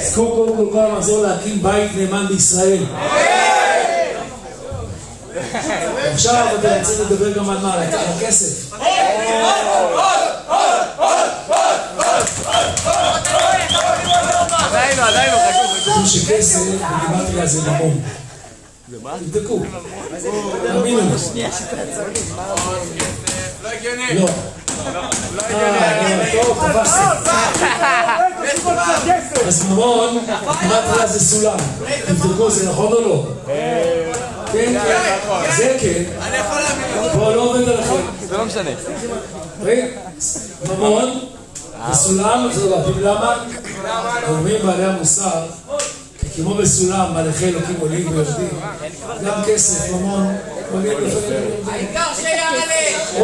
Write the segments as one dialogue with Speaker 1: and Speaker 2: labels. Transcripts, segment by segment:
Speaker 1: קודם כל המחזור להקים בית נאמן בישראל. עכשיו אתה רוצה לדבר גם על מה? על הכסף.
Speaker 2: עדיין לא,
Speaker 1: חשוב שכסף, בגימטריה זה ממון. תבדקו. תאמינו לי.
Speaker 2: לא הגיוני.
Speaker 1: לא. טוב, תפסתם. אז ממון, גימטריה זה סולם. תבדקו, זה נכון או לא? כן? זה כן.
Speaker 2: אני יכול להבין.
Speaker 1: בואו לא עובד עליכם.
Speaker 2: זה לא משנה.
Speaker 1: ממון, בסולם, זה לא להבין למה? אומרים בעלי המוסר, כמו בסולם, מלאכי אלוקים עולים ויושבים, גם כסף, ממון, עולים ויושבים.
Speaker 2: העיקר שיעלה.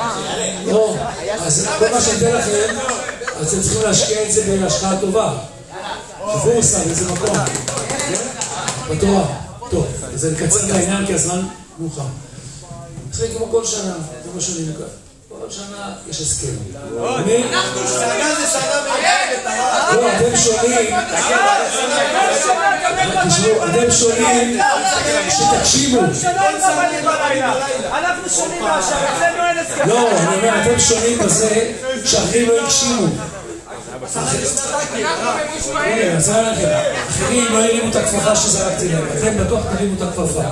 Speaker 1: אז כל מה שאתן לכם, אז אתם צריכים להשקיע את זה בהשקעה טובה. בבורסה, באיזה מקום. בתורה. טוב, אז אני אקצר את העניין כי הזמן מאוחר. אחרי כמו כל שנה, זה מה שאני נקרא. כל שנה יש הסכם.
Speaker 2: אנחנו שנה זה שנה מייבת.
Speaker 1: לא, אתם שונים. תשמעו, אתם שונים שתקשיבו.
Speaker 3: אנחנו שונים מהשאר, אצלנו אין הסכם.
Speaker 1: לא, אני אומר, אתם שונים בזה שאחרים לא הקשיבו. הנה, אז אני לכם. אחרים לא הרימו את הכפפה שזרקתי להם. אתם בטוח תרימו את הכפפה.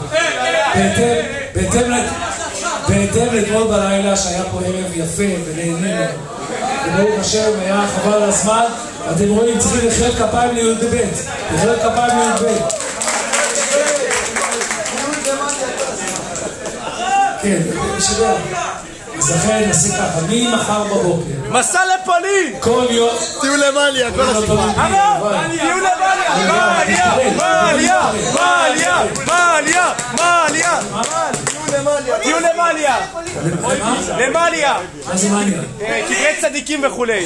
Speaker 1: בהתאם לאתמול בלילה שהיה פה ערב יפה ונהנינו. וברוך השם היה חבל על הזמן. אתם רואים, צריכים לחיות כפיים לי"ב. לחיות כפיים לי"ב. כן, שבא. אז לכן נעשה ככה, ממחר בבוקר.
Speaker 3: מסע לפולין!
Speaker 1: כל יום...
Speaker 3: תהיו למליה, כל הסיפור. תהיו למליה! מליה! תהיו למליה! למליה!
Speaker 1: מה זה מניה?
Speaker 3: קברי צדיקים וכולי.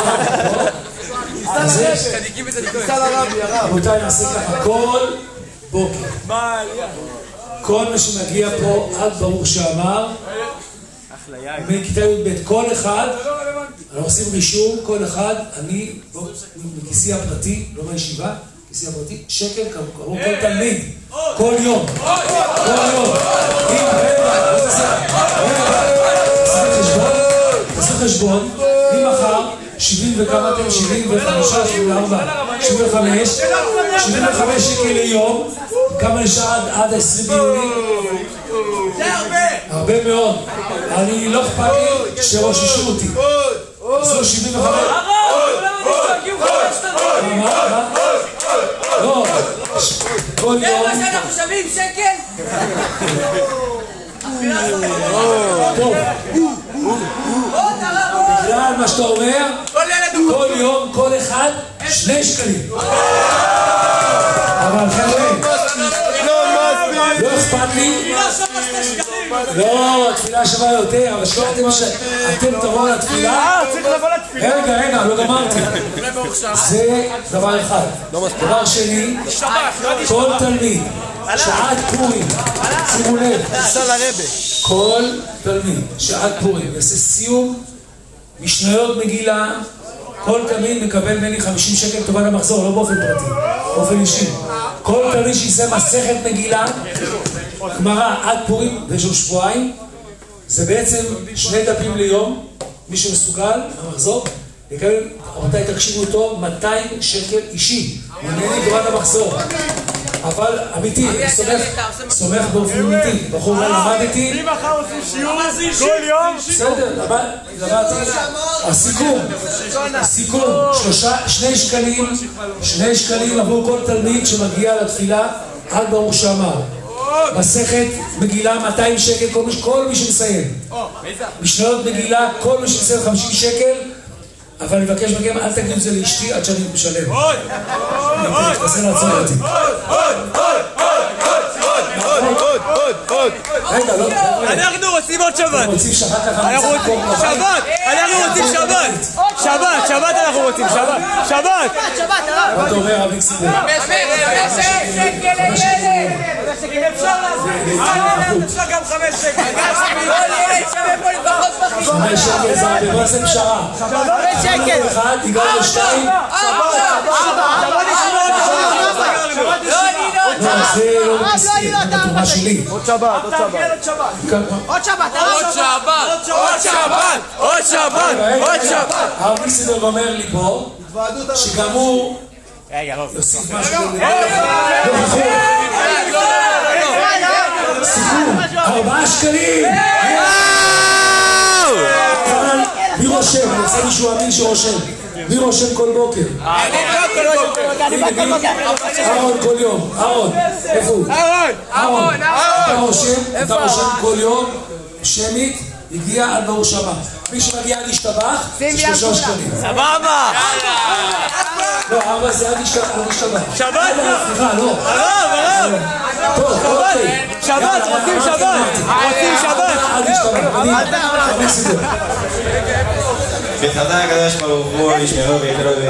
Speaker 2: צדיקים וצדיקים.
Speaker 1: רבותיי, נעשה ככה, כל בוקר. כל מה שמגיע פה, עד ברוך שאמר, מכיתה י"ב, כל אחד, אנחנו עושים רישום, כל אחד, אני, מכיסי הפרטי, לא מהישיבה, כיסי הפרטי, שקל קרוב כל תלמיד, כל יום, כל יום. תעשו חשבון, ממחר, 70 וכמה אתם? 75, 74, 75 שקל ליום, כמה נשאר עד 20 ביוני?
Speaker 2: זה הרבה.
Speaker 1: הרבה מאוד. אני לא אכפת לי שרוששו אותי. עשו 75. לא. כל
Speaker 2: זה
Speaker 1: יום.
Speaker 2: מה שאנחנו שווים שקל?
Speaker 1: טוב. בגלל מה שאתה אומר, כל יום, כל אחד, 2 שקלים. אבל חבר'ה, לא אכפת לי. לא, התפילה שווה יותר, אבל שלא אתם תבואו לתפילה.
Speaker 3: צריך לבוא לתפילה.
Speaker 1: רגע, לא גמרתי. זה דבר אחד. דבר שני, כל תלמיד שעד פורים, שימו לב, כל תלמיד שעד פורים יעשה סיום משניות מגילה, כל תלמיד מקבל ממני 50 שקל טובת המחזור, לא באופן פרטי, באופן אישי. כל תלמיד שיעשה מסכת מגילה, גמרא עד פורים, ויש עוד שבועיים, זה בעצם 2 דפים ליום, מי שמסוגל, המחזור, יקבל, רבותיי תקשיבו אותו, 200 שקל אישי, ממני טובת המחזור. אבל אמיתי, סומך באופן אמיתי, בחור לא למדתי.
Speaker 3: מי מחר עושים שיעור כל יום?
Speaker 1: בסדר, למדתי. הסיכום, 2 שקלים עבור כל תלמיד שמגיע לתפילה, עד ברוך שאמר. מסכת מגילה 200 שקל, כל מי שמסיים. משניות מגילה, כל מי שמסיים 50 שקל. אבל אני מבקש מכם, אל תגידו את זה לאשתי עד שאני משלם. תעשה לעצמי אותי. רגע, לא.
Speaker 3: אנחנו רוצים עוד שבת.
Speaker 1: רוצים שאחר כך
Speaker 3: אנחנו רוצים שבת אנחנו רוצים, שבת.
Speaker 1: מה אתה אומר, אביק סידר?
Speaker 3: אם אפשר להזמין, אפשר גם 5 שקל.
Speaker 1: 5 שקל זה הרבה, בוא נעשה פשרה.
Speaker 3: 5 שקל.
Speaker 1: 1, תיגע ל2.
Speaker 3: תבוא לשמוע.
Speaker 1: זה לא מתסכל, זה בתורה שלי.
Speaker 3: עוד שבת.
Speaker 1: הרב ניסנברג אומר לי פה, שגם הוא יוסיף משהו סיכום, 4 שקלים. אבל מי רושם? אני רוצה מישהו אמין שרושם. מי רושם כל בוקר? אהרון כל יום. אהרון, איפה הוא? אהרון, אתה רושם כל יום שמית, הגיע עד ברור שבת. מי שמגיע עד השתבח זה 3 שקלים.
Speaker 3: סבבה!
Speaker 1: לא, 4 זה עד השתבח.
Speaker 3: שבת?
Speaker 1: סליחה, לא.
Speaker 3: הרב!
Speaker 1: טוב, אוקיי.
Speaker 3: שבת, רוצים שבת!
Speaker 1: עד השתבח. אני סידר.
Speaker 4: בחזק הקדוש ברוך הוא ישמרו ויחלו